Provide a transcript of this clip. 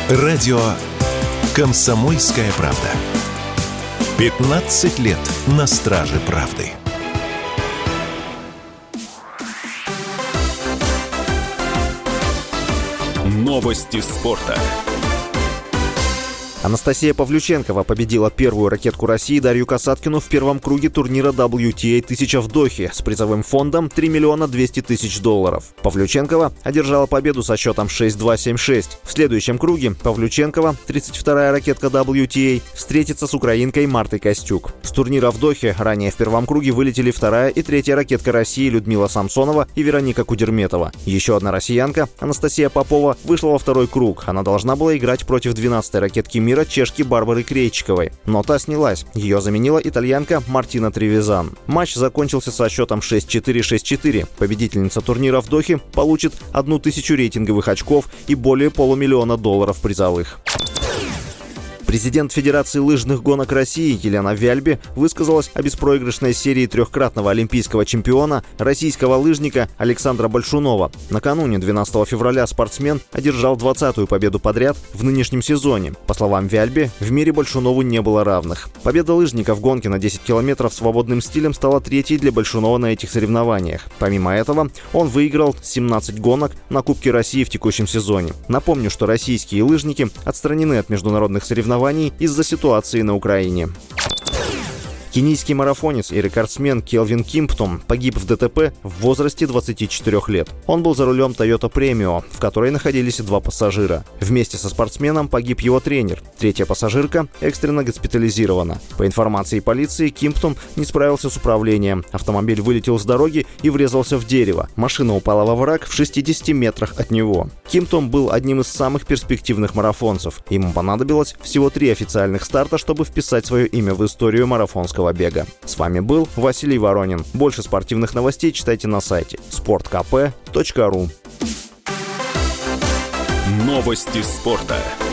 Радио «Комсомольская правда». 15 лет на страже правды. Новости спорта. Анастасия Павлюченкова победила первую ракетку России Дарью Касаткину в первом круге турнира WTA 1000 в Дохе с призовым фондом $3 200 000. Павлюченкова одержала победу со счетом 6-2-7-6. В следующем круге Павлюченкова, 32-я ракетка WTA, встретится с украинкой Мартой Костюк. С турнира в Дохе ранее в первом круге вылетели вторая и третья ракетка России Людмила Самсонова и Вероника Кудерметова. Еще одна россиянка, Анастасия Попова, вышла во второй круг. Она должна была играть против 12-й ракетки мира чешки Барбары Крейчиковой. Но та снялась. Ее заменила итальянка Мартина Тревизан. Матч закончился со счетом 6-4-6-4. Победительница турнира в Дохе получит 1000 рейтинговых очков и более $500 000 призовых. Президент Федерации лыжных гонок России Елена Вяльби высказалась о беспроигрышной серии трехкратного олимпийского чемпиона, российского лыжника Александра Большунова. Накануне, 12 февраля, спортсмен одержал 20-ю победу подряд в нынешнем сезоне. По словам Вяльби, в мире Большунову не было равных. Победа лыжника в гонке на 10 километров свободным стилем стала третьей для Большунова на этих соревнованиях. Помимо этого, он выиграл 17 гонок на Кубке России в текущем сезоне. Напомню, что российские лыжники отстранены от международных соревнований из-за ситуации на Украине. Кенийский марафонец и рекордсмен Келвин Кимптон погиб в ДТП в возрасте 24 лет. Он был за рулем Toyota Premio, в которой находились 2 пассажира. Вместе со спортсменом погиб его тренер. Третья пассажирка экстренно госпитализирована. По информации полиции, Кимптон не справился с управлением. Автомобиль вылетел с дороги и врезался в дерево. Машина упала во овраг в 60 метрах от него. Кимптон был одним из самых перспективных марафонцев. Ему понадобилось всего 3 официальных старта, чтобы вписать свое имя в историю марафонского бега. С вами был Василий Воронин. Больше спортивных новостей читайте на сайте sportkp.ru. Новости спорта.